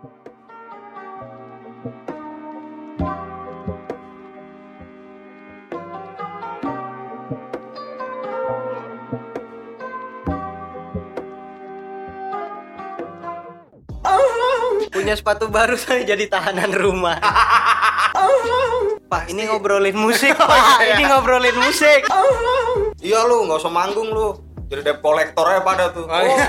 Punya sepatu baru saya jadi tahanan rumah. Pak, ini ngobrolin musik, Pak. Ini ngobrolin musik. Iya lu, nggak usah manggung lu. Jadi debt collector aja pada tuh.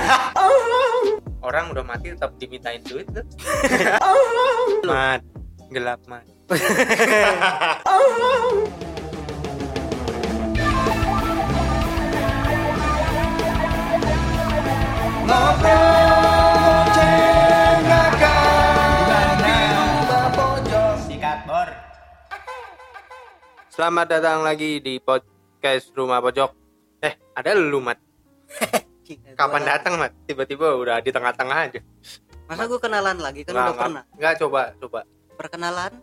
Orang udah mati tetap dimintain duit tuh. Mat, gelap mat. Selamat datang lagi di podcast Rumah Pojok. Ada lu Mat. Kapan datang Mat? Tiba-tiba udah di tengah-tengah aja. Masa gue kenalan lagi kan udah pernah. Enggak, coba. Perkenalan.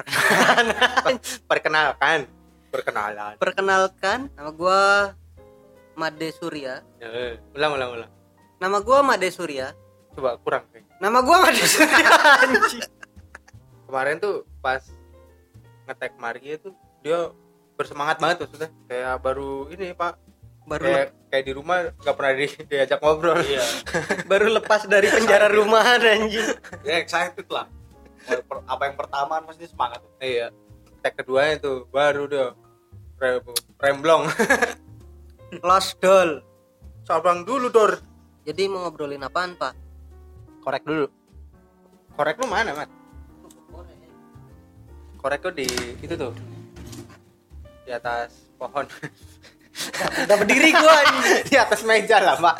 Perkenalkan, nama gue Made Surya. Ulang. Nama gue Made Surya. Coba kurang. Nama gue Made Surya. Kemarin tuh pas nge-tag Maria tuh dia bersemangat banget tuh sudah. Kayak baru ini Pak. Kayak di rumah nggak pernah diajak ngobrol. Iya. Baru lepas dari penjara rumahan anjing. Ya excited lah. Apa yang pertama pasti semangat tuh. Iya. Tag keduanya tuh baru dia remblong. Close doll. Sabang dulu Dor. Jadi mau ngobrolin apaan Pak? Korek dulu. Korek lu mana Mat? Korek lu di itu tuh. Di atas pohon. Udah berdiri gua ini. Di atas meja lah Pak.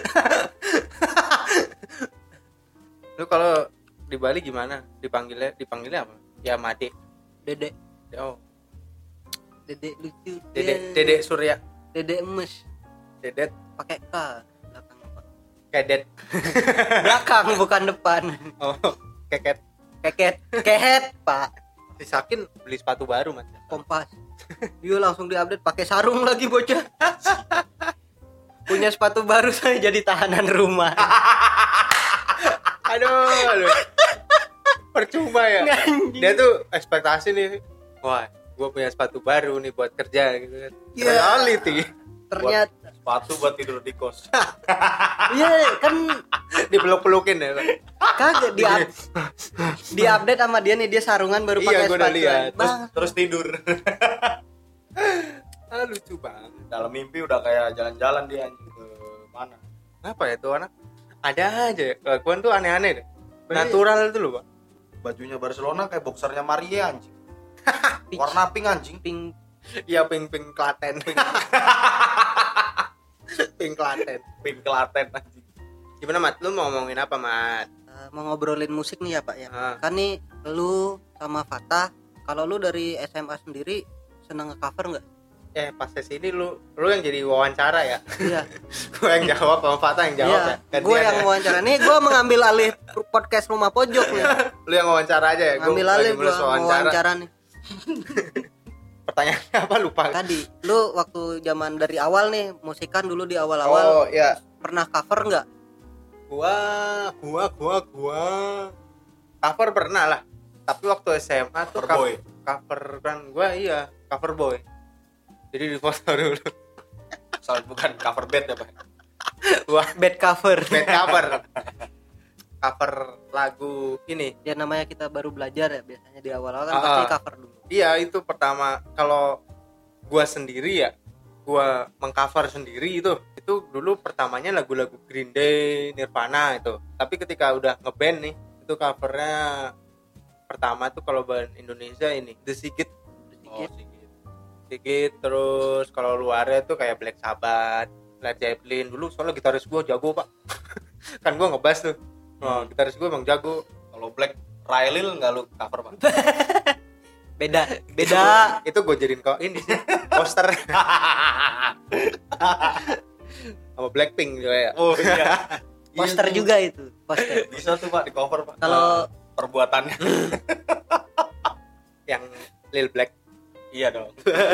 Lu kalau di Bali gimana? Dipanggilnya apa? Ya Made. Dedek. Oh. Dedek lucu. Dedek Surya. Dedek emes. Dedet Pakai K belakang Pak. Kedet. Belakang bukan depan. Oh, keket. Kehet Pak. Si Sakin beli sepatu baru Mas. Kompas. Dia langsung diupdate pakai sarung lagi bocah. Punya sepatu baru saya jadi tahanan rumah. Aduh. Percuma ya. Dia tuh ekspektasi nih. Wah, gue punya sepatu baru nih buat kerja gitu kan. Yeah. Reality. Ternyata Sepatu buat tidur di kos. iya kan Dipeluk-pelukin ya. kagak di-update sama dia nih, dia sarungan baru Iya, pakai gua udah sepatu. lihat. Terus tidur. Lucu banget. Dalam mimpi udah kayak jalan-jalan dia anjing ke mana. Apa ya tuh anak? Ada aja ya. Kelakuan tuh aneh-aneh deh. Natural itu loh, Pak. Bajunya Barcelona kayak boxernya Maria anjing. Warna pink anjing. Pink. Iya, pink Klaten. Pink Klaten. Pink Klaten anjing. Gimana Mat? Lu mau ngomongin apa Mat? Mau ngobrolin musik nih ya Pak ya. Ah. Kan nih lu sama Fatah, kalau lu dari SMA sendiri seneng nge-cover enggak? Pas sesi ini lu yang jadi wawancara ya. Iya. Gue yang jawab, sama Fatah yang jawab ya. Iya. Gue yang wawancara nih, gue mengambil alih podcast Rumah Pojok nih. Lu yang wawancara aja ya. Ngambil alih gue wawancara nih. Pertanyaannya apa lupa. Tadi lu waktu zaman dari awal nih, musikan dulu di awal-awal. Oh iya. Pernah cover enggak? Gua cover pernah lah. Tapi waktu SMA tuh cover kan gua iya, cover boy. Jadi di foto dulu. Soal bukan cover band ya, Pak. Wah, Bad cover. bad cover. Cover lagu ini. Ya namanya kita baru belajar ya, biasanya di awal-awal kan pasti cover dulu. Iya, itu pertama kalau gua sendiri ya, gua mengcover sendiri itu dulu pertamanya lagu-lagu Green Day, Nirvana itu. Tapi ketika udah ngeband nih, itu covernya pertama tuh kalau band Indonesia ini The Sigit. Sigit, terus kalau luarnya tuh kayak Black Sabbath, Led Zeppelin. Dulu soalnya gitaris gua jago Pak. Kan gua ngebass tuh. Oh, gitaris gua emang jago. Kalau Black Railil enggak lu cover, Pak? Beda. Itu gue jadiin kok ini sih poster. Sama Blackpink juga ya. Oh iya. Poster juga itu, poster. Bisa tuh Pak di cover Pak. Kalau perbuatannya Yang Lil Black. iya dong.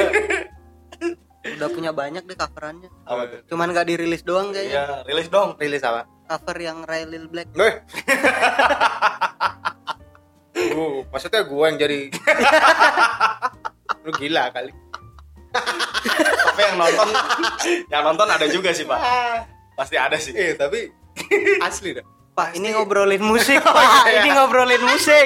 udah punya banyak deh coverannya. Apa tuh? Cuman nggak dirilis doang kayaknya. Iya, rilis dong. Rilis apa? Cover yang Ray Lil Black. Maksudnya gue yang jadi lu gila kali. Tapi yang nonton ada juga sih, Pak. Pasti ada sih. Tapi asli dah. Pak, ini ngobrolin musik, Pak. Ini ngobrolin musik.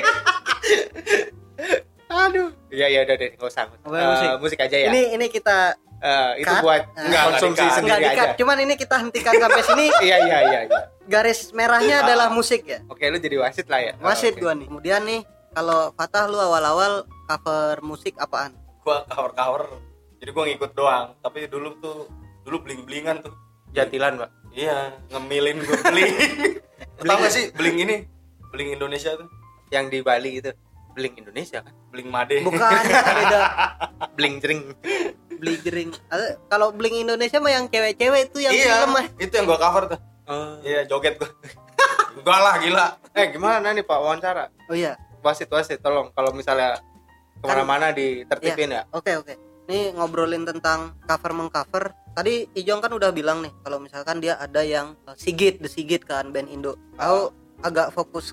Aduh. Iya udah deh, enggak usah. Musik aja ya. Ini kita itu cut. buat konsumsi Enggak sendiri enggak aja. di-cut. Cuman ini kita hentikan sampai sini. Iya. Garis merahnya adalah musik ya. Oke, lu jadi wasit lah ya. Wasit Oke. gua nih. Kemudian nih, kalau Fatah lu awal-awal cover musik apaan? Gua cover. Jadi gua ngikut doang. Tapi dulu bling-blingan tuh. Jatilan, Pak. Iya, ngemilin gua bling. Tahu gak sih bling ini? Bling Indonesia tuh. Yang di Bali itu Bling Indonesia kan? Bling Made. Bukan, beda. Bling jering. Bling jering. Kalau Bling Indonesia mah yang cewek-cewek itu yang Iya, film mah. itu yang gua cover tuh. Oh. Iya, joget gua. Enggak lah, gila. Gimana nih Pak wawancara? Oh iya. Wasit tolong kalau misalnya kemana-mana ditertipin ya. Oke. Nih ngobrolin tentang cover-mengcover. Tadi Ijong kan udah bilang nih kalau misalkan dia ada yang Sigit, The Sigit kan, band Indo. Gua agak fokus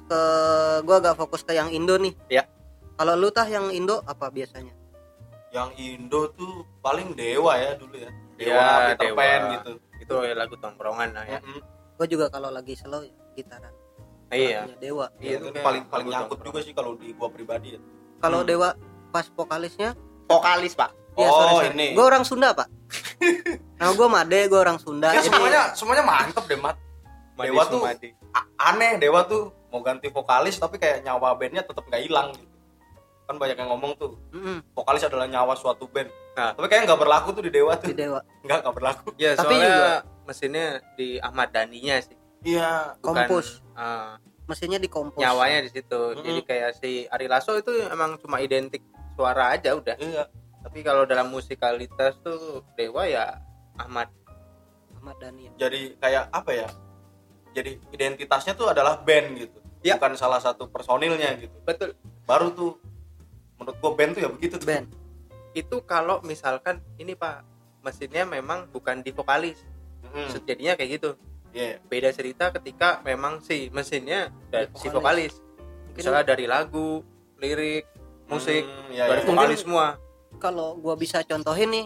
ke yang Indo nih. Ya. Kalau lu tah yang Indo apa biasanya? Yang Indo tuh paling Dewa ya dulu ya. Iya, Peter Dewa. Pan gitu. Itu lagu tongkrongan lah ya. Gue juga kalau lagi slow ya gitaran. Iya. Lagunya Dewa. Iya, Itu itu paling kayak lagu nyangkut tongkrong. juga sih kalau di gua pribadi ya. Kalau Dewa pas vokalisnya Vokalis, Pak. ya, Oh, sorry. ini. Gue orang Sunda, Pak. Nah, gue Made, gue orang Sunda. Ya, Jadi semuanya mantep deh, Mat. Dewa tuh aneh, Dewa tuh mau ganti vokalis tapi kayak nyawa bandnya tetap nggak hilang gitu. Kan banyak yang ngomong tuh vokalis adalah nyawa suatu band. Nah. Tapi kayaknya nggak berlaku tuh di Dewa tuh. di Dewa. Nggak berlaku. Ya, Tapi soalnya juga mesinnya di Ahmad Dhani-nya sih. Iya. Bukan, kompos. Mesinnya di kompos. nyawanya di situ. Jadi kayak si Ari Lasso itu emang cuma identik suara aja udah. Iya. Tapi kalau dalam musikalitas tuh Dewa ya Ahmad Dhani. Jadi kayak apa ya? Jadi identitasnya tuh adalah band gitu. Ya. Bukan salah satu personilnya gitu. Betul. Baru tuh menurut gua band tuh ya begitu tuh. Band. Itu kalau misalkan ini Pak mesinnya memang bukan di vokalis. Jadinya kayak gitu. Iya. Beda cerita ketika memang si mesinnya dari si vokalis. Misalnya dari lagu, lirik, musik, ya, dari ya. vokalis Mungkin- semua. Kalau gue bisa contohin nih,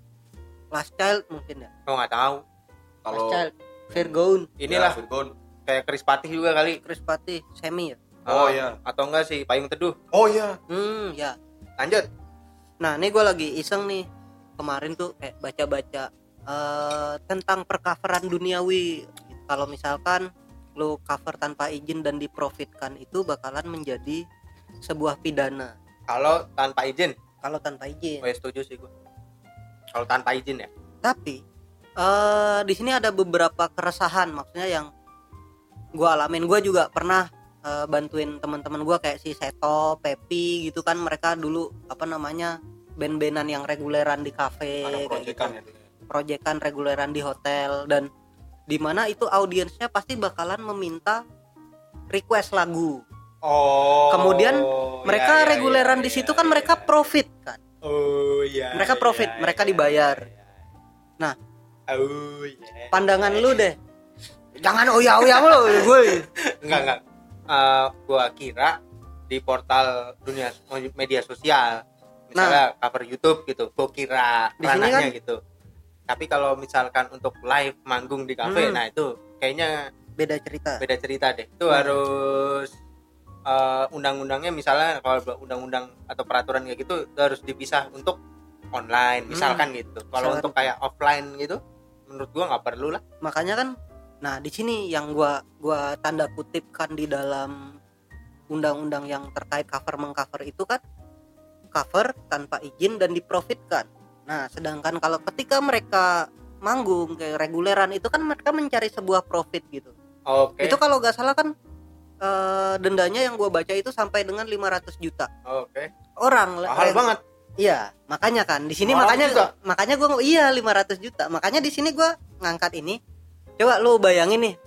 Last Child mungkin ya. Oh nggak tahu. Kalau Last Child, Virgoon, Inilah ya, Virgon. kayak Chris Patih juga kali. Chris Patih, Semi ya. Oh, iya. Atau enggak sih Payung Teduh. Oh iya. Ya. Lanjut. Nah, ini gue lagi iseng nih. Kemarin tuh kayak baca-baca tentang percoveran duniawi. Kalau misalkan lu cover tanpa izin dan diprofitkan itu bakalan menjadi sebuah pidana. Kalau tanpa izin, Kalau tanpa izin. gue setuju sih gue. Kalau tanpa izin ya. Tapi di sini ada beberapa keresahan, maksudnya yang gue alamin. Gue juga pernah bantuin teman-teman gue kayak si Seto, Pepi gitu kan. Mereka dulu band-bandan yang reguleran di kafe, Ada kayak gitu. proyekan ya. Proyekan reguleran di hotel, dan dimana itu audiensnya pasti bakalan meminta request lagu. Oh. Kemudian mereka reguleran di situ kan mereka profit kan. Oh iya. Mereka profit, mereka dibayar. Nah, oh iya. pandangan lu deh. Jangan oya-oya mulu gue. Enggak. Gua kira di portal dunia media sosial, misalnya cover YouTube gitu, gua kira Di sini ranahnya kan- gitu. Tapi kalau misalkan untuk live manggung di kafe, nah itu kayaknya Beda cerita. beda cerita deh. Itu harus undang-undangnya, misalnya kalau undang-undang atau peraturan kayak gitu itu harus dipisah untuk online misalkan gitu. Kalau Misalkan. untuk kayak offline gitu menurut gua nggak perlu lah. Makanya kan, nah di sini yang gua tanda kutipkan di dalam undang-undang yang terkait cover-mengcover itu kan cover tanpa izin dan diprofitkan. Nah, sedangkan kalau ketika mereka manggung kayak reguleran itu kan mereka mencari sebuah profit gitu. Oke. Itu kalau nggak salah kan dendanya yang gua baca itu sampai dengan 500 juta. Oke. Orang Mahal banget. Iya, makanya kan di sini Mahal juga. makanya gue 500 juta. Makanya di sini gue ngangkat ini. Coba lu bayangin nih,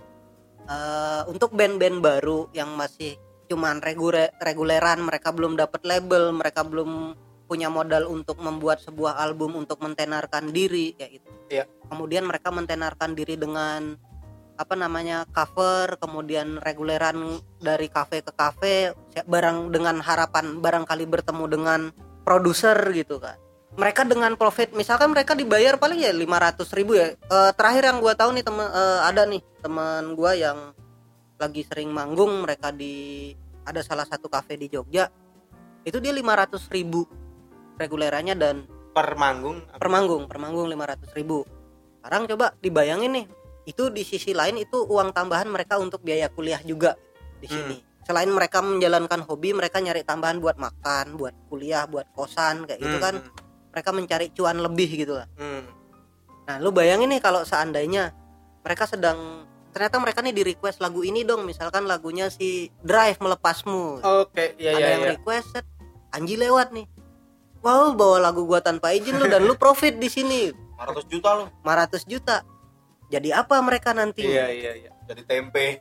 untuk band-band baru yang masih cuman reguleran, mereka belum dapat label, mereka belum punya modal untuk membuat sebuah album untuk mentenarkan diri kayak gitu. Iya. Kemudian mereka mentenarkan diri dengan apa namanya cover, kemudian reguleran dari kafe ke kafe, barang dengan harapan barangkali bertemu dengan produser gitu kan. Mereka dengan profit, misalkan mereka dibayar paling ya 500.000 ya. Terakhir yang gua tahu nih ada nih teman gua yang lagi sering manggung, mereka ada salah satu kafe di Jogja, itu dia 500.000 regulerannya dan per manggung 500.000. Sekarang coba dibayangin nih, itu di sisi lain itu uang tambahan mereka untuk biaya kuliah juga di sini. Selain mereka menjalankan hobi, mereka nyari tambahan buat makan, buat kuliah, buat kosan kayak gitu kan. Mereka mencari cuan lebih gitu lah. Nah, lu bayangin nih kalau seandainya mereka ternyata mereka nih di request lagu ini dong, misalkan lagunya si Drive Melepasmu. Oke, iya. Ada yang request, set, Anji lewat nih. Wow, bawa lagu gua tanpa izin lu dan lu profit di sini. 500 juta lu. 500 juta. Jadi apa mereka nanti? Iya. Jadi tempe.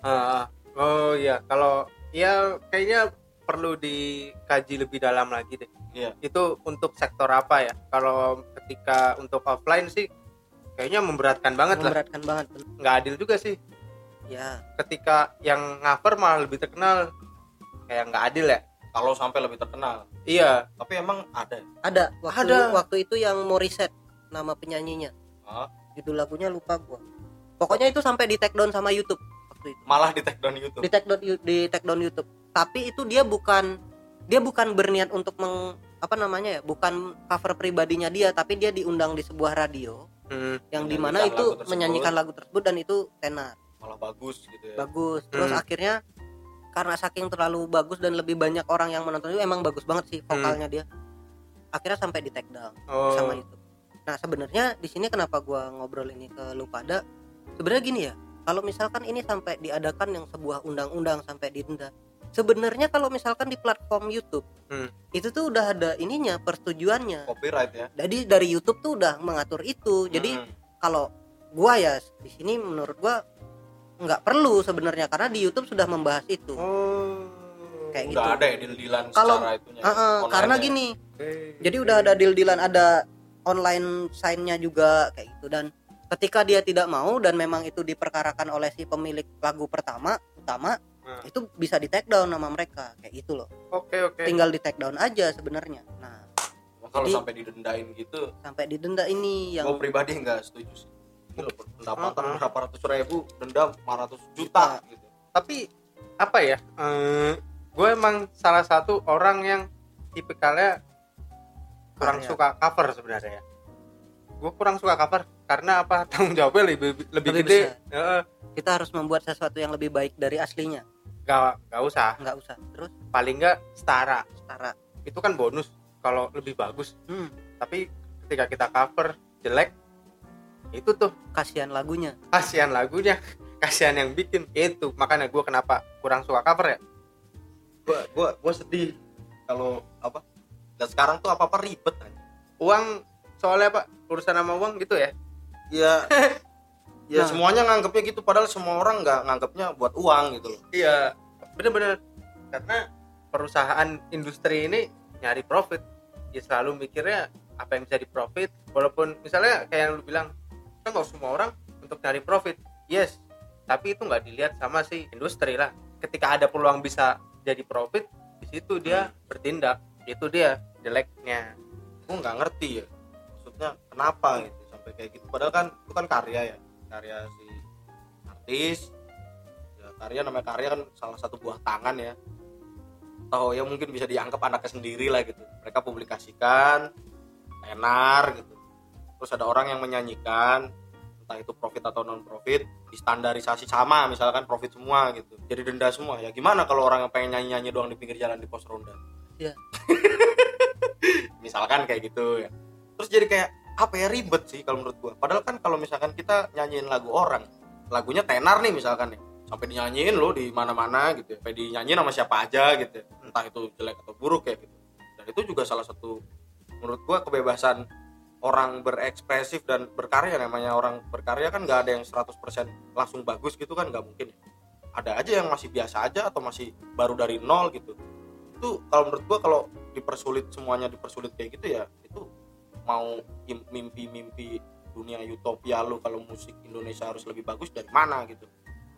Oh iya, kalau ya kayaknya perlu dikaji lebih dalam lagi deh. Iya. Itu untuk sektor apa ya? Kalau ketika untuk offline sih kayaknya memberatkan banget. Nggak adil juga sih. Ya. Ketika yang cover malah lebih terkenal, kayak nggak adil ya. Kalau sampai lebih terkenal. Iya. Tapi emang ada. Ada. Waktu itu yang Morissette nama penyanyinya. Judul lagunya lupa gua. Pokoknya itu sampai di take down sama YouTube waktu itu. Malah di take down YouTube. Di take down YouTube. Tapi itu dia bukan berniat untuk bukan cover pribadinya dia, tapi dia diundang di sebuah radio yang dimana itu menyanyikan lagu tersebut dan itu tenar. Malah bagus gitu ya. Bagus. Terus akhirnya karena saking terlalu bagus dan lebih banyak orang yang menonton, itu emang bagus banget sih vokalnya dia. Akhirnya sampai di take down sama YouTube. Nah, sebenarnya di sini kenapa gua ngobrol ini ke lu pada, sebenarnya gini ya, kalau misalkan ini sampai diadakan yang sebuah undang-undang sampai didenda, sebenarnya kalau misalkan di platform YouTube itu tuh udah ada ininya, persetujuannya, copyright ya. Jadi dari YouTube tuh udah mengatur itu. Jadi kalau gua ya di sini menurut gua nggak perlu sebenarnya, karena di YouTube sudah membahas itu. Kayak udah gitu. Ada ya deal-dealan secara itunya. Karena gini, jadi udah ada deal-dealan, ada online sign-nya juga kayak gitu. Dan ketika dia tidak mau dan memang itu diperkarakan oleh si pemilik lagu utama, itu bisa di take down nama mereka kayak gitu loh. Oke. Tinggal di take down aja sebenarnya. Nah, kalau sampai didendain gitu, sampai didenda ini yang gue pribadi nggak setuju sih. Gila, pendapatan berapa ratus ribu, denda 500 juta gitu. Tapi apa ya, gue emang salah satu orang yang tipikalnya kurang suka cover sebenarnya ya. Gue kurang suka cover karena apa, tanggung jawabnya lebih gede. Kita harus membuat sesuatu yang lebih baik dari aslinya. Gak usah. Terus paling nggak setara. Itu kan bonus kalau lebih bagus. Tapi ketika kita cover jelek, itu tuh kasihan lagunya, kasihan yang bikin. Itu makanya gue kenapa kurang suka cover ya. Gue sedih kalau apa, dan sekarang tuh apa ribet aja. Uang soalnya apa, urusan sama uang gitu ya. Ya semuanya nganggapnya gitu, padahal semua orang nggak nganggapnya buat uang gitu loh. Iya, bener-bener. Karena perusahaan industri ini nyari profit, ya selalu mikirnya apa yang bisa di-profit. Walaupun misalnya kayak yang lu bilang, kan nggak semua orang untuk nyari profit, yes, tapi itu nggak dilihat sama si industri lah. Ketika ada peluang bisa jadi profit, di situ dia bertindak. Itu dia jeleknya. Gue nggak ngerti ya, maksudnya kenapa gitu sampai kayak gitu. Padahal kan itu kan karya si artis ya, namanya karya kan salah satu buah tangan ya, atau ya mungkin bisa dianggap anaknya sendiri lah gitu. Mereka publikasikan tenar gitu, terus ada orang yang menyanyikan, entah itu profit atau non profit, distandarisasi sama, misalkan profit semua gitu, jadi denda semua. Ya gimana kalau orang yang pengen nyanyi doang di pinggir jalan di pos ronda ya. Misalkan kayak gitu ya, terus jadi kayak apa ya, ribet sih kalau menurut gua. Padahal kan kalau misalkan kita nyanyiin lagu orang, lagunya tenar nih misalkan ya, sampai dinyanyiin lo di mana-mana gitu ya, sampai dinyanyiin sama siapa aja gitu ya, entah itu jelek atau buruk ya gitu. Dan itu juga salah satu menurut gua kebebasan orang berekspresif dan berkarya. Namanya orang berkarya kan nggak ada yang 100% langsung bagus gitu kan, nggak mungkin ya. Ada aja yang masih biasa aja atau masih baru dari nol gitu. Itu kalau menurut gua, kalau semuanya dipersulit kayak gitu ya, itu mau mimpi dunia utopia lu kalau musik Indonesia harus lebih bagus dari mana gitu.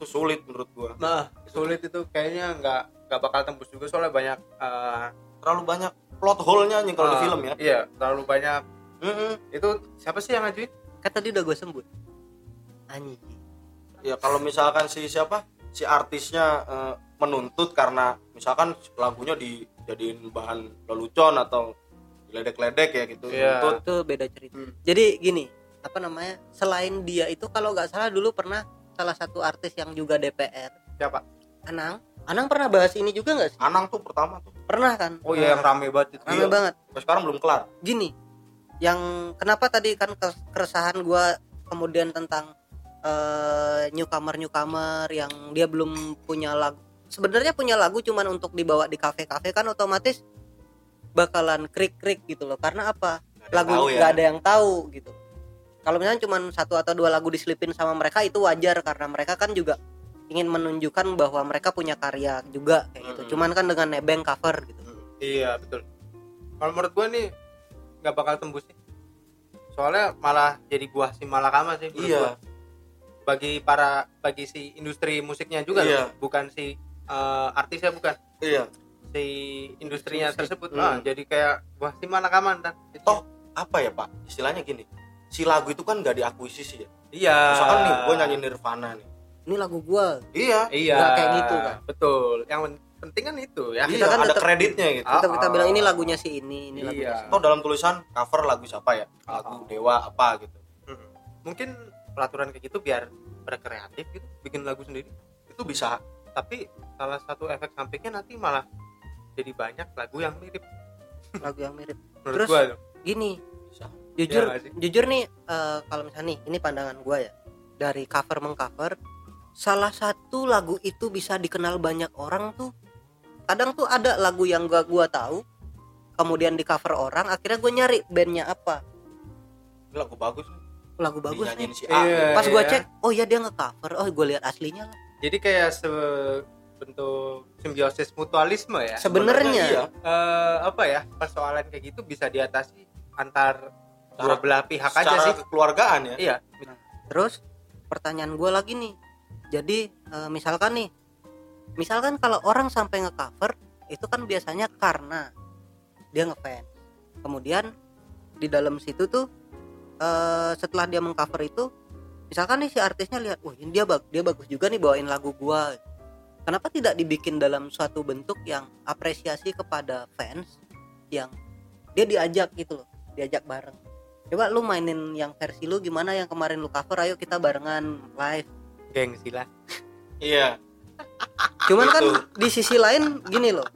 itu sulit menurut gua. Nah, sulit itu kayaknya nggak bakal tembus juga soalnya banyak Terlalu banyak plot hole-nya anjing kalau di film ya. Iya, terlalu banyak. Itu siapa sih yang ngajuin? Kan tadi udah gue sebut. Anjing. Ya kalau misalkan si artisnya menuntut karena misalkan lagunya dijadiin bahan lelucon atau ledek-ledek ya gitu. Iya. Menuntut. Itu beda cerita. Jadi gini, apa namanya? Selain dia itu kalau nggak salah dulu pernah salah satu artis yang juga DPR. Siapa? Anang pernah bahas ini juga nggak sih? Anang tuh pertama tuh. Pernah kan? Oh iya, yang rame banget itu. Rame banget. Sampai sekarang belum kelar. Gini, yang kenapa tadi kan keresahan gua kemudian tentang newcomer yang dia belum punya lagu. Sebenarnya punya lagu cuman untuk dibawa di kafe-kafe kan otomatis bakalan krik-krik gitu loh. Karena apa? Lagu nggak ada yang tahu gitu. Kalau misalnya cuma 1 atau 2 lagu diselipin sama mereka itu wajar karena mereka kan juga ingin menunjukkan bahwa mereka punya karya juga kayak gitu. Cuman kan dengan nebeng cover gitu. Iya, betul. Kalau menurut gua nih nggak bakal tembus sih. Soalnya malah jadi buah si malakama sih menurut gua. Bagi si industri musiknya juga loh, bukan si artisnya, bukan. Iya. Si industrinya tersebut. Jadi kayak buah si malakama ntar. Toh apa ya Pak? Istilahnya gini. Si lagu itu kan nggak diakuisisi ya. Iya. Misalkan nih gue nyanyi Nirvana nih. Ini lagu gua. Iya. Nggak kayak gitu kan. Betul. Yang penting kan itu ya. Kita kan ada kreditnya gitu. Kita bilang ini lagunya si ini lagunya si. Toh dalam tulisan cover lagu siapa ya? Lagu Dewa apa gitu. Mungkin peraturan kayak gitu biar berkreatif gitu, bikin lagu sendiri. Itu bisa. Tapi salah satu efek sampingnya nanti malah jadi banyak lagu yang mirip. Terus gua, gini, Bisa. jujur nih kalau misalnya nih ini pandangan gua ya, dari cover mengcover salah satu lagu itu bisa dikenal banyak orang tuh. Kadang tuh ada lagu yang gua tahu kemudian di cover orang, akhirnya gua nyari bandnya apa. Ini lagu bagus Nih. si A. Pas gua cek, oh iya dia nge-cover. Oh gua lihat aslinya lah. Jadi kayak bentuk simbiosis mutualisme ya. Sebenarnya iya. Apa ya, persoalan kayak gitu bisa diatasi antar dua belah pihak aja Secara sih. kekeluargaan ya. Iya. Terus pertanyaan gue lagi nih, jadi misalkan kalau orang sampai nge-cover itu kan biasanya karena dia ngefans. Kemudian di dalam situ tuh setelah dia meng-cover itu, misalkan nih si artisnya lihat, wah ini dia bagus juga nih bawain lagu gua. Kenapa tidak dibikin dalam suatu bentuk yang apresiasi kepada fans yang dia diajak gitu loh, diajak bareng. Coba lu mainin yang versi lu gimana yang kemarin lu cover, ayo kita barengan live. Gengsi lah. Iya. Cuman kan di sisi lain gini loh.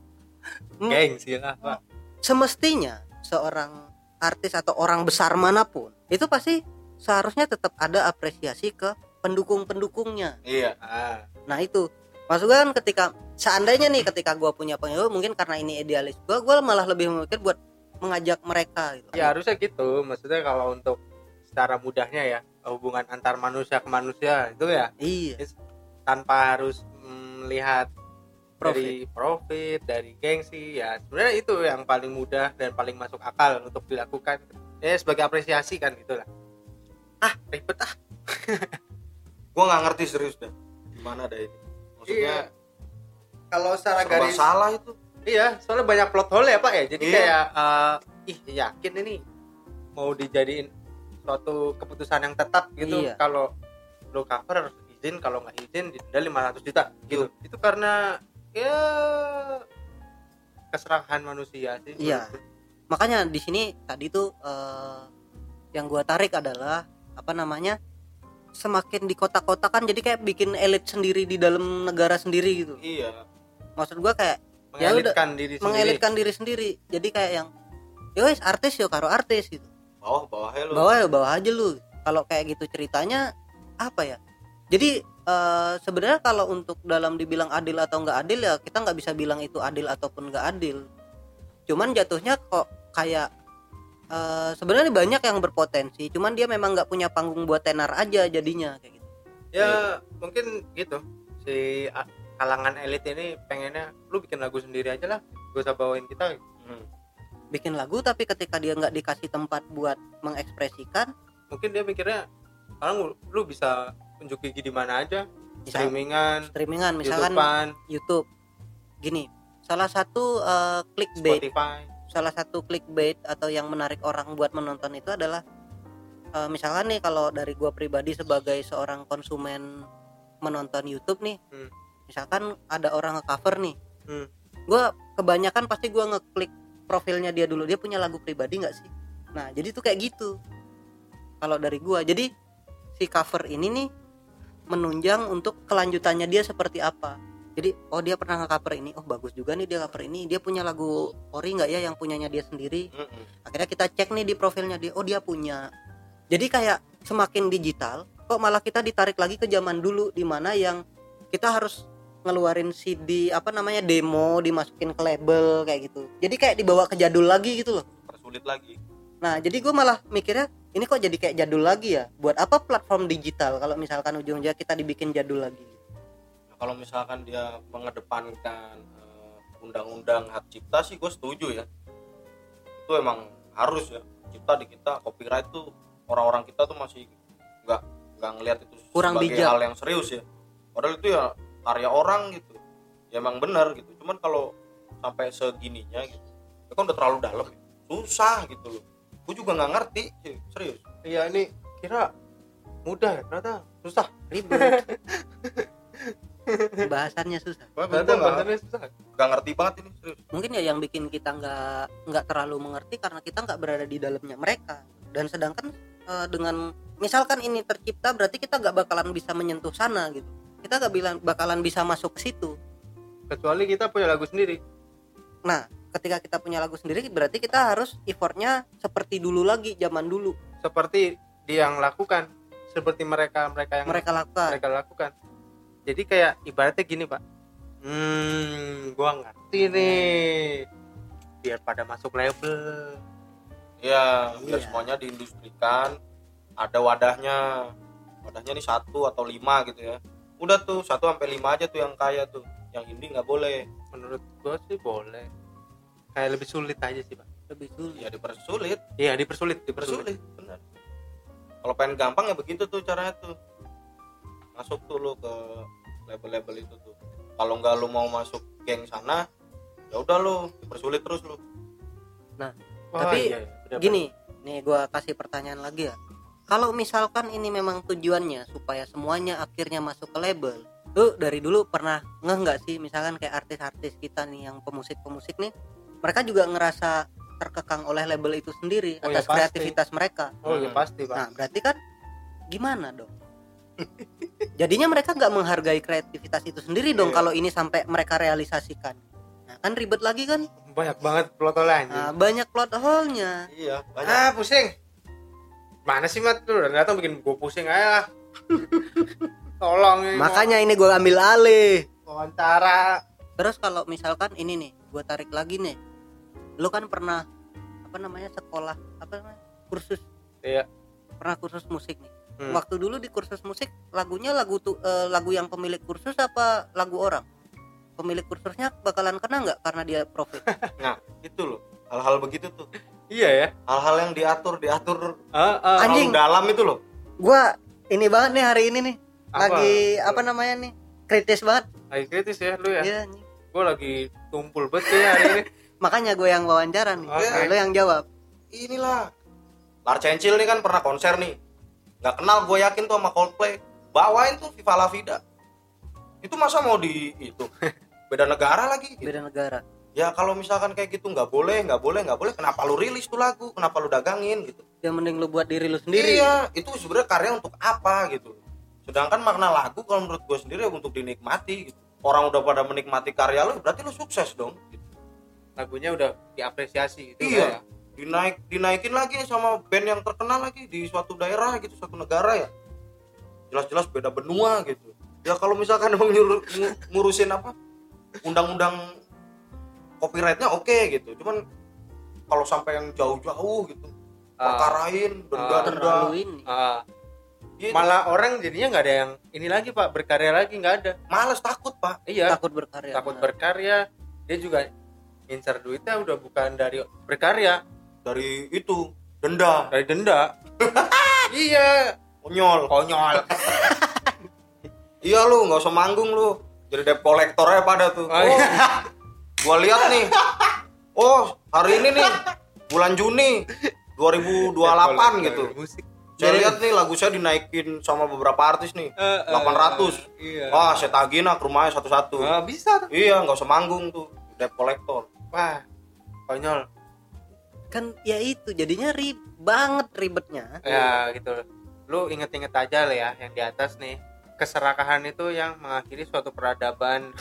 Gengsi lah, Pak. Semestinya seorang artis atau orang besar manapun itu pasti seharusnya tetap ada apresiasi ke pendukung-pendukungnya. Iya. Nah itu maksudnya kan ketika seandainya nih ketika gue punya pengikut, mungkin karena ini idealis gue malah lebih memikir buat mengajak mereka gitu. Ya harusnya gitu. Maksudnya kalau untuk secara mudahnya ya, hubungan antar manusia ke manusia itu ya, iya, tanpa harus melihat dari profit, dari gengsi, ya sebenarnya itu yang paling mudah dan paling masuk akal untuk dilakukan ya, sebagai apresiasi kan gitulah. Ribet Gua nggak ngerti serius dah gimana ada ini, maksudnya kalau secara serba garis salah itu. Iya, soalnya banyak plot hole ya Pak ya, jadi kayak yakin ini mau dijadiin suatu keputusan yang tetap gitu. Iya. Kalau lo cover harus izin, kalau nggak izin didenda 500 juta gitu. Itu karena ya keserahan manusia sih. Iya. Makanya di sini tadi tuh yang gua tarik adalah apa namanya, semakin di kota-kota kan jadi kayak bikin elit sendiri di dalam negara sendiri gitu. Iya. Maksud gua kayak mengelitkan diri sendiri. Jadi kayak yang yowes artis yo karo artis gitu. Bawah aja lu. Kalau kayak gitu ceritanya apa ya? Jadi sebenarnya kalau untuk dalam dibilang adil atau nggak adil ya kita nggak bisa bilang itu adil ataupun nggak adil. Cuman jatuhnya kok kayak sebenarnya banyak yang berpotensi, cuman dia memang nggak punya panggung buat tenar aja jadinya kayak gitu. Ya mungkin gitu. Si kalangan elit ini pengennya lu bikin lagu sendiri aja lah, gak usah bawain kita. Bikin lagu tapi ketika dia nggak dikasih tempat buat mengekspresikan, mungkin dia mikirnya sekarang lu bisa unjuk gigi di mana aja, streamingan misalkan YouTubean, YouTube. Gini, salah satu clickbait Spotify. salah satu clickbait atau yang menarik orang buat menonton itu adalah misalkan nih, kalau dari gua pribadi sebagai seorang konsumen menonton YouTube nih, misalkan ada orang nge-cover nih, gua kebanyakan pasti gua ngeklik profilnya dia dulu, dia punya lagu pribadi nggak sih. Nah jadi tuh kayak gitu kalau dari gua. Jadi si cover ini nih menunjang untuk kelanjutannya dia seperti apa. Jadi oh dia pernah nge-cover ini, oh bagus juga nih dia cover ini, dia punya lagu ori nggak ya yang punyanya dia sendiri. Akhirnya kita cek nih di profilnya dia, oh dia punya. Jadi kayak semakin digital kok malah kita ditarik lagi ke zaman dulu, di mana yang kita harus ngeluarin CD demo, dimasukin ke label kayak gitu. Jadi kayak dibawa ke jadul lagi gitu loh, Persulit lagi. Nah jadi gue malah mikirnya ini kok jadi kayak jadul lagi ya. Buat apa platform digital kalau misalkan ujung-ujungnya kita dibikin jadul lagi. Kalau misalkan dia mengedepankan undang-undang hak cipta sih gue setuju ya. Itu emang harus ya. Cipta di kita, copyright tuh orang-orang kita tuh masih nggak ngelihat itu kurang sebagai bijak. hal yang serius ya. Padahal itu ya karya orang gitu. Ya emang benar gitu. Cuman kalau sampai segininya gitu, itu kan udah terlalu dalam ya. Susah gitu loh. Gue juga nggak ngerti sih, serius. Iya, ini kira mudah ya, ternyata susah. Ribet. Bahasannya susah. Ternyata bahasannya susah. Gak ngerti banget ini, serius. Mungkin ya yang bikin kita nggak terlalu mengerti karena kita nggak berada di dalamnya mereka. Dan sedangkan dengan misalkan ini tercipta, berarti kita nggak bakalan bisa menyentuh sana gitu. Kita nggak bakalan bisa masuk ke situ. Kecuali kita punya lagu sendiri. Nah, ketika kita punya lagu sendiri, berarti kita harus effortnya seperti dulu lagi, zaman dulu. Seperti dia yang lakukan, seperti mereka yang mereka lakukan. Jadi kayak ibaratnya gini Pak, gua ngerti nih, biar pada masuk label. Iya, biar Iya. semuanya diindustrikan, ada wadahnya nih 1 atau 5 gitu ya. Udah tuh 1 sampai 5 aja tuh yang kaya tuh, yang indie nggak boleh. Menurut gua sih boleh, kayak lebih sulit aja sih Pak. Lebih sulit. Ya dipersulit, Iya, dipersulit. benar. Kalau pengen gampang ya begitu tuh caranya tuh, masuk tuh lu ke label-label itu tuh. Kalau nggak lu mau masuk geng sana, ya udah lu dipersulit terus lu. Nah, Wah, tapi iya, bener, gini, nih gua kasih pertanyaan lagi ya. Kalau misalkan ini memang tujuannya supaya semuanya akhirnya masuk ke label, tuh dari dulu pernah nggak sih, misalkan kayak artis-artis kita nih yang pemusik nih, mereka juga ngerasa terkekang oleh label itu sendiri Oh, atas ya pasti. kreativitas mereka. Oh iya pasti Pak. Nah berarti kan gimana dong? Jadinya mereka nggak menghargai kreativitas itu sendiri dong. Iya. Kalau ini sampai mereka realisasikan, nah kan ribet lagi kan. Banyak banget plot hole anjing. Nah, banyak plot hole-nya. Iya, banyak. Pusing. Mana sih Mat, lu udah datang bikin gue pusing aja. Tolong ini. Makanya ini gue ambil alih. Wawancara. Terus kalau misalkan ini nih, gue tarik lagi nih, lu kan pernah sekolah kursus, Iya. pernah kursus musik nih. Hmm. Waktu dulu di kursus musik lagunya lagu yang pemilik kursus apa lagu orang? Pemilik kursusnya bakalan kena nggak karena dia profit? Nah, itu loh. Hal-hal begitu tuh. Iya ya. Hal-hal yang diatur Anjing. terlalu dalam itu loh. Gua ini banget nih hari ini nih, Apa? lagi nih, kritis banget. Lagi kritis ya lu ya. Iya nih. Gue lagi tumpul banget ya hari ini. Makanya gue yang wawancara nih. Oke. Nah, lu yang jawab. Inilah. Larcencil nih kan pernah konser nih. Nggak kenal, gue yakin tuh sama Coldplay. Bawain tuh Viva La Vida. Itu masa mau di itu beda negara lagi gitu. Beda negara. Ya kalau misalkan kayak gitu nggak boleh, kenapa lu rilis tuh lagu, kenapa lu dagangin gitu. Ya mending lu buat diri lu sendiri. Iya, itu sebenarnya karya untuk apa gitu. Sedangkan makna lagu kalau menurut gue sendiri untuk dinikmati gitu. Orang udah pada menikmati karya lu, berarti lu sukses dong gitu. Lagunya udah diapresiasi gitu Iya. ya. Dinaikin lagi sama band yang terkenal lagi di suatu daerah gitu, suatu negara ya. Jelas-jelas beda benua gitu. Ya kalau misalkan emang ngurusin undang-undang copyrightnya oke gitu. Cuman kalau sampai yang jauh-jauh gitu, perkarain, denda-denda. Terlalu ini. Gitu. Malah orang jadinya nggak ada yang ini lagi Pak, berkarya lagi nggak ada. Males, takut Pak. Iya. Takut berkarya. Takut benar. berkarya. Dia juga incer duitnya udah bukan dari berkarya, Dari itu denda, dari denda. Iya. konyol. Konyol. Iya lu nggak usah manggung lu. Jadi debt collector aja pada tuh. Oh, iya. Gua lihat nih. Oh, hari ini nih bulan Juni 2028 gitu. Musik. Saya lihat nih lagu saya dinaikin sama beberapa artis nih. 800. Iya. Wah, saya tagih nah ke rumahnya satu-satu. Bisa tuh. Iya, nggak usah manggung tuh. Debt collector. Wah, konyol. Kan ya itu jadinya banget ribetnya. Ya gitu. Lu inget-inget aja lah ya yang di atas nih. Keserakahan itu yang mengakhiri suatu peradaban.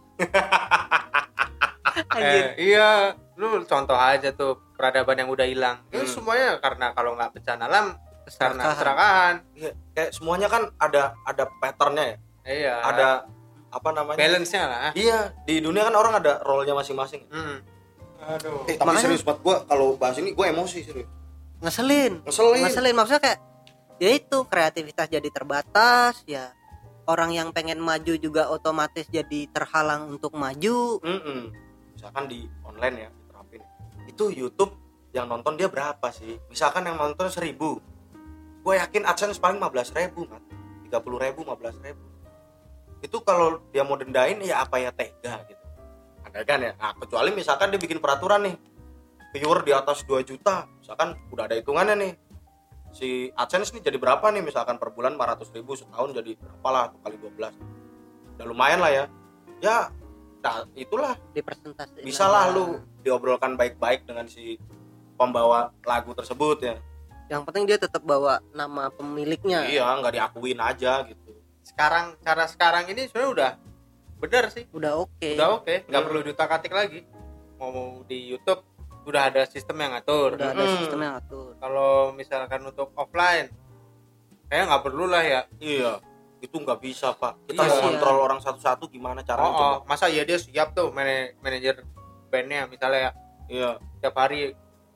Anjir. Iya, lu contoh aja tuh peradaban yang udah hilang. Itu semuanya karena kalau nggak bencana alam, karena keserakahan. Iya, kayak semuanya kan ada patternnya ya. Iya. Ada apa namanya? balance-nya lah. Iya, di dunia kan orang ada role-nya masing-masing. Aduh. Tapi Makanya- serius banget gua kalau bahas ini gua emosi serius. Ngeselin maksudnya kayak ya itu kreativitas jadi terbatas ya, orang yang pengen maju juga otomatis jadi terhalang untuk maju. Misalkan di online ya diterapin. Itu YouTube yang nonton dia berapa sih? Misalkan yang nonton 1000. Gua yakin AdSense paling 15.000, Mat. 30.000, 15.000. Itu kalau dia mau dendain ya apa ya tega gitu. Ada kan ya? Nah, kecuali misalkan dia bikin peraturan nih. Viewer di atas 2 juta, misalkan udah ada hitungannya nih. Si AdSense nih jadi berapa nih, misalkan per bulan 400.000, setahun jadi berapa lah tuh kali 12. Udah lumayan lah ya. Ya, nah, itulah Di persentase bisa lah lu diobrolkan baik-baik dengan si pembawa lagu tersebut ya. yang penting dia tetap bawa nama pemiliknya. Iya, nggak diakuin aja gitu. Cara sekarang ini sebenarnya udah bener sih. Udah oke. Udah oke, nggak perlu diutak-atik lagi. Mau di YouTube udah ada sistem yang ngatur. Udah ada sistem yang atur. Kalau misalkan untuk offline kayaknya nggak perlu lah ya. Iya, itu nggak bisa Pak. Kita Iya. mau kontrol orang satu-satu gimana caranya coba? Masa ya dia siap tuh manajer bandnya misalnya ya, Iya, tiap hari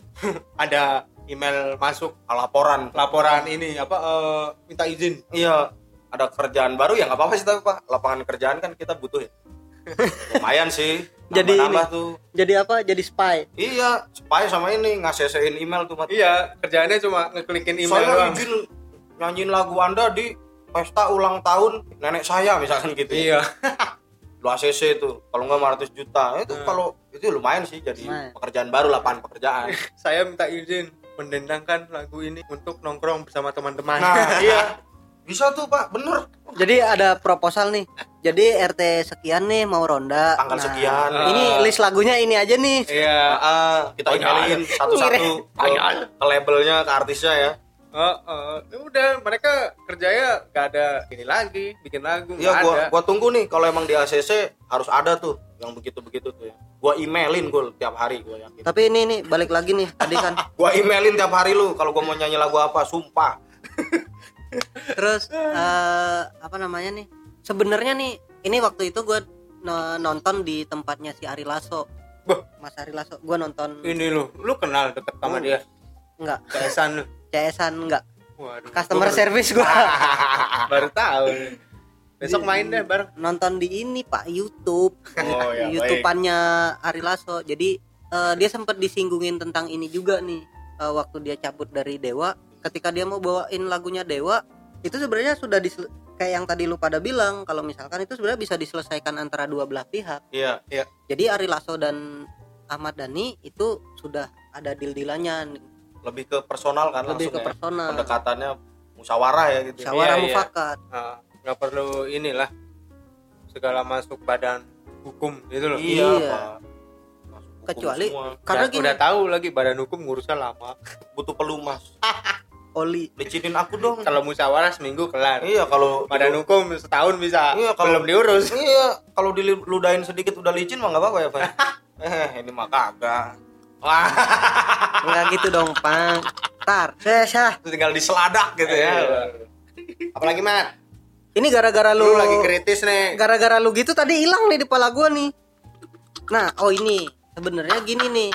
ada email masuk laporan. ini apa minta izin. Iya, ada kerjaan baru ya nggak apa-apa sih tapi Pak. Lapangan kerjaan kan kita butuh ya. Lumayan sih. Jadi Nambah ini- tuh. Jadi apa? Jadi spy. Iya, spy sama ini ngasih-ngasih email tuh Mat. Iya, kerjaannya cuma ngeklikin email Saya doang. izin nyanyiin lagu Anda di pesta ulang tahun nenek saya misalkan gitu. Iya. Lu ACC tuh kalau nggak 500 juta itu kalau itu lumayan sih jadi Lumayan. pekerjaan baru, lapangan pekerjaan. Saya minta izin mendendangkan lagu ini untuk nongkrong bersama teman-teman. Nah iya bisa tuh Pak, bener. Jadi ada proposal nih. Jadi RT sekian nih mau ronda. Tanggal sekian. Ini list lagunya ini aja nih. Iya. Kita emailin satu-satu ke labelnya, ke artisnya ya. Udah mereka kerjanya gak ada ini lagi bikin lagu. Iya, nggak ada. gua tunggu nih kalau emang di ACC harus ada tuh yang begitu-begitu tuh ya. Gua emailin gua tiap hari, gua yakin. Tapi ini nih balik lagi nih tadi kan. Gua emailin tiap hari lu kalau gua mau nyanyi lagu apa, sumpah. Terus apa namanya nih? Sebenarnya nih ini waktu itu gue nonton di tempatnya si Ari Lasso. Bah. Mas Ari Lasso. Gue nonton Ini lu kenal deket sama dia. enggak CS-an lu. CS-an enggak. Waduh. Customer gua service gue. baru tahu. Besok main deh bareng. Nonton di ini Pak YouTube. Oh ya, YouTube-annya Ari Lasso. Jadi dia sempat disinggungin tentang ini juga nih. Waktu dia cabut dari Dewa, ketika dia mau bawain lagunya Dewa, itu sebenarnya sudah kayak yang tadi lu pada bilang, kalau misalkan itu sebenarnya bisa diselesaikan antara dua belah pihak. Iya. Jadi Ari Lasso dan Ahmad Dhani itu sudah ada deal-dealannya, Lebih ke personal kan lebih langsung ke ya. personal, Pendekatannya musyawarah ya gitu. musyawarah Iya, iya. mufakat. Nggak perlu inilah segala masuk badan hukum gitu loh. Iya, Iya. Pak. Masuk hukum Kecuali semua. karena udah, gini, udah tahu lagi badan hukum ngurusnya lama. butuh pelumas. Oli Licinin aku dong. Kalau musyawarah seminggu kelar. Iya, kalau Badan hukum setahun bisa. Iya, kalau- belum diurus. Iya, kalau diludahin sedikit udah licin mah enggak apa-apa ya, Pak. Ini mah kagak. Wah, enggak gitu dong, Pang. Tar, saya. tinggal diseladak gitu ya. Apalagi Mat? Ini gara-gara Lu lu lagi kritis nih. gara-gara lu gitu tadi hilang nih di kepala gua nih. Nah, ini sebenarnya gini nih,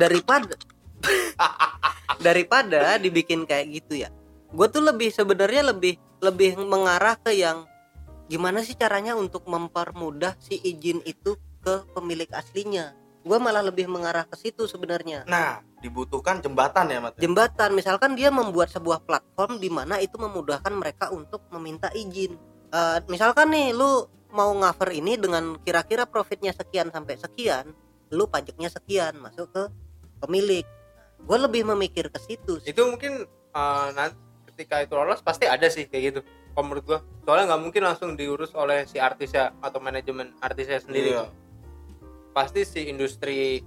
daripada dibikin kayak gitu ya. Gue tuh sebenarnya lebih mengarah ke yang gimana sih caranya untuk mempermudah si izin itu ke pemilik aslinya. Gue malah lebih mengarah ke situ sebenarnya. Nah, dibutuhkan jembatan ya, Mat. Jembatan, misalkan dia membuat sebuah platform di mana itu memudahkan mereka untuk meminta izin. Misalkan nih lu mau cover ini dengan kira-kira profitnya sekian sampai sekian, lu pajaknya sekian masuk ke pemilik. Gue lebih memikir ke situ sih. Itu mungkin nanti ketika itu lolos pasti ada sih kayak gitu kalau menurut gua, soalnya nggak mungkin langsung diurus oleh si artisnya atau manajemen artisnya sendiri. Iya. Pasti si industri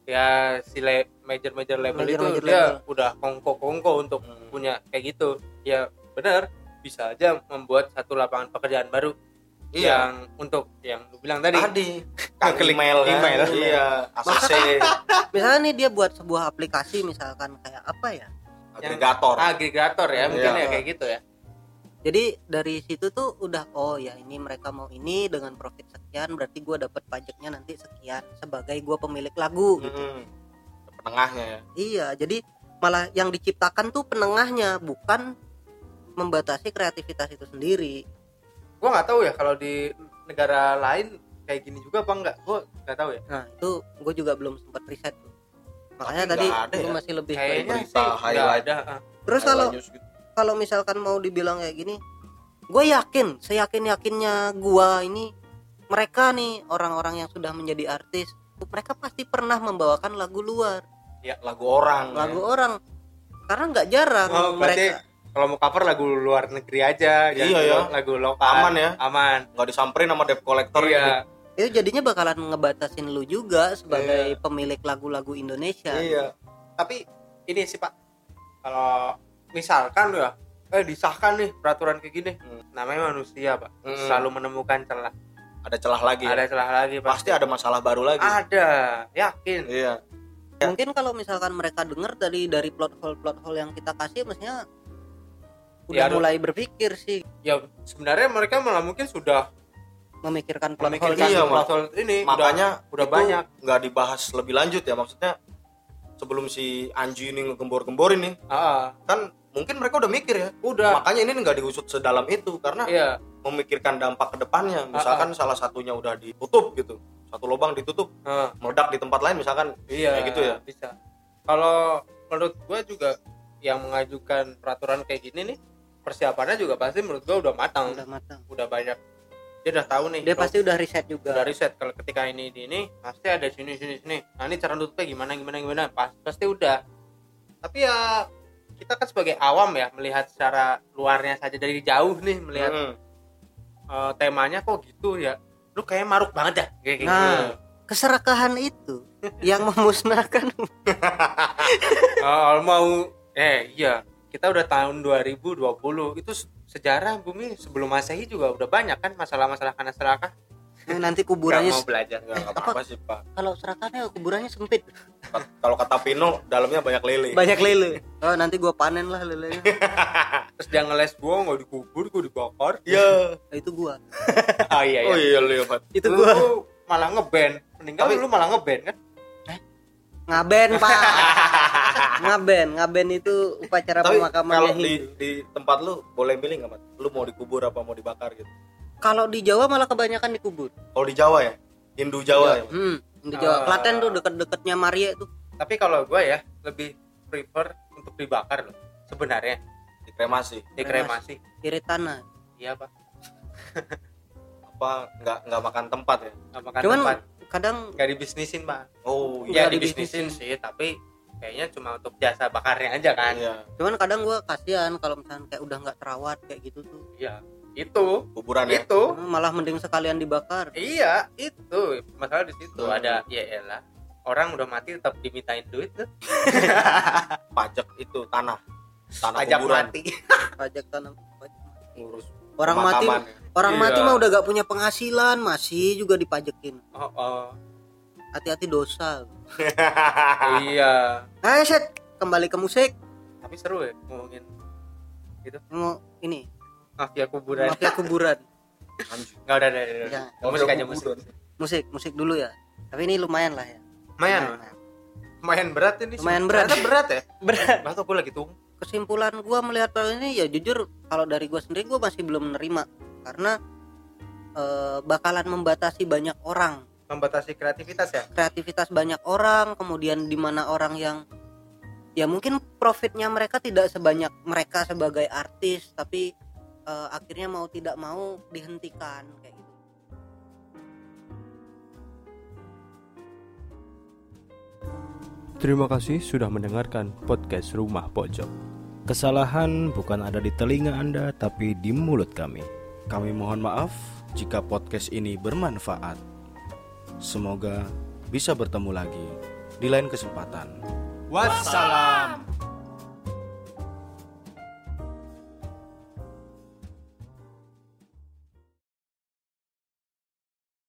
ya si major label itu Major dia label. udah kongko untuk punya kayak gitu. Ya benar, bisa aja membuat satu lapangan pekerjaan baru. Iya. Yang untuk yang lu bilang tadi Kang Klik email kan. email. Iya, ACC, Misalnya nih dia buat sebuah aplikasi misalkan kayak apa ya? agregator. ya mungkin Iya. ya kayak gitu ya. Jadi dari situ tuh udah oh ya ini mereka mau ini dengan profit sekian berarti gue dapat pajaknya nanti sekian sebagai gue pemilik lagu gitu. Penengahnya ya. Iya, jadi malah yang diciptakan tuh penengahnya bukan membatasi kreativitas itu sendiri. Gua nggak tahu ya kalau di negara lain kayak gini juga apa enggak, gua nggak tahu ya. Nah itu gue juga belum sempat riset tuh. Makanya Tapi tadi nggak ada gue ya? masih lebih Kayaknya ke- berita sih nggak highlight. ada. Terus Highlight news gitu. kalau misalkan mau dibilang kayak gini, gue yakin, seyakin-yakinnya gue ini mereka nih orang-orang yang sudah menjadi artis, mereka pasti pernah membawakan lagu luar, Ya, lagu orang. lagu ya. orang, karena nggak jarang Oh, berarti mereka. kalau mau cover lagu luar negeri aja, Iya, jangan ya. lagu lokal. Aman ya. Aman. Nggak disamperin sama debt collector Iya. Itu jadinya bakalan ngebatasin lu juga sebagai Iya. pemilik lagu-lagu Indonesia. Iya. Tapi ini sih Pak, kalau misalkan ya disahkan nih peraturan kayak gini, namanya manusia Pak, selalu menemukan celah. Ada celah lagi. Ada Ya? celah lagi Pak. Pasti ada masalah baru lagi. Ada, yakin. Iya. Mungkin kalau misalkan mereka dengar dari plot hole yang kita kasih, maksudnya udah Ya, aduh. mulai berpikir sih, Ya sebenarnya mereka malah mungkin sudah memikirkan plot hole memikirkan Iya, plot hole ini. Makanya udah itu banyak. nggak dibahas lebih lanjut ya, maksudnya sebelum si Anji ini ngegembor-gemborin nih, kan mungkin mereka udah mikir ya. Udah. Makanya ini nggak diusut sedalam itu karena Iya. memikirkan dampak ke depannya. Misalkan salah satunya udah ditutup gitu, satu lubang ditutup, meledak di tempat lain misalkan, Iya, kayak gitu ya. bisa. Kalau menurut gua juga yang mengajukan peraturan kayak gini nih, persiapannya juga pasti menurut gua udah matang, udah matang. udah banyak. Dia udah tahu nih. Dia pasti udah riset juga. udah riset kalau ketika ini pasti ada sini. Nah, ini cara nutupnya gimana. Pasti udah. Tapi ya kita kan sebagai awam ya melihat secara luarnya saja dari jauh nih melihat temanya kok gitu ya. Lu kayak maruk banget ya kayak gitu. Nah, keserakahan itu yang memusnahkan. Mau iya, kita udah tahun 2020, itu sejarah bumi sebelum Masehi juga udah banyak kan masalah-masalah karena serakah. Nanti Nggak kuburannya mau belajar. Nggak apa-apa sih Pak. kalau serakahnya kuburannya sempit, Kalau kata Pino dalamnya banyak lele. banyak lele. Oh, nanti gua panen lah lelenya. Terus dia ngeles gua nggak dikubur, gua dibakar. Iya. Nah, itu gua. Oh iya. Oh iya lu ya Pak. Itu Lu gua tuh malah ngeband. Meninggal Tapi- lu malah ngeband kan? ngaben, Pak. Ngaben itu upacara Tapi pemakaman kalau Hindu. di tempat lu boleh milih nggak Mat? Lu mau dikubur apa mau dibakar gitu? Kalau di Jawa malah kebanyakan dikubur. Kalau di Jawa ya, Hindu Jawa ya. Di Jawa. Klaten tuh deket-deketnya Maria tuh. Tapi kalau gua ya lebih prefer untuk dibakar loh. Sebenarnya Dikremasi. dikremasi. Irit tanah. Iya, Pak. Apa nggak makan tempat ya? Nggak makan Cuman tempat. kadang Nggak dibisnisin, Pak. Oh Ya Nggak dibisnisin sih, tapi kayaknya cuma untuk jasa bakarnya aja kan. iya. cuman kadang gua kasihan kalau misalnya kayak udah nggak terawat kayak gitu tuh. Iya. Itu. Kuburan ya. Itu. Malah mending sekalian dibakar. Iya, itu. Masalah di situ Hmm. ada ya elah. Orang udah mati tetap dimintain duit tuh. Pajak itu tanah Pajak kuburan. mati. Pajak tanah. Ngurus Orang mati pemakaman ya. orang Iya. mati mah udah gak punya penghasilan masih juga dipajekin. Oh. Hati-hati dosa. Iya. Nah, set kembali ke musik. Tapi seru ya ngomongin Mau ini mafia kuburan. mafia kuburan. Enggak udah. Ya. Musik aja musik. Musik dulu ya. Tapi ini lumayan lah ya. Lumayan berat ini. Lumayan berat. Ternyata berat ya. Berat. Bahkan gue lagi tunggu. Kesimpulan gua melihat hal ini ya jujur kalau dari gua sendiri gua masih belum menerima karena bakalan membatasi banyak orang, Membatasi kreativitas ya. kreativitas banyak orang, kemudian di mana orang yang ya mungkin profitnya mereka tidak sebanyak mereka sebagai artis, tapi akhirnya mau tidak mau dihentikan kayak gitu. Terima kasih sudah mendengarkan podcast Rumah Pojok. Kesalahan bukan ada di telinga Anda, tapi di mulut kami. Kami mohon maaf jika podcast ini bermanfaat. Semoga bisa bertemu lagi di lain kesempatan. Wassalam.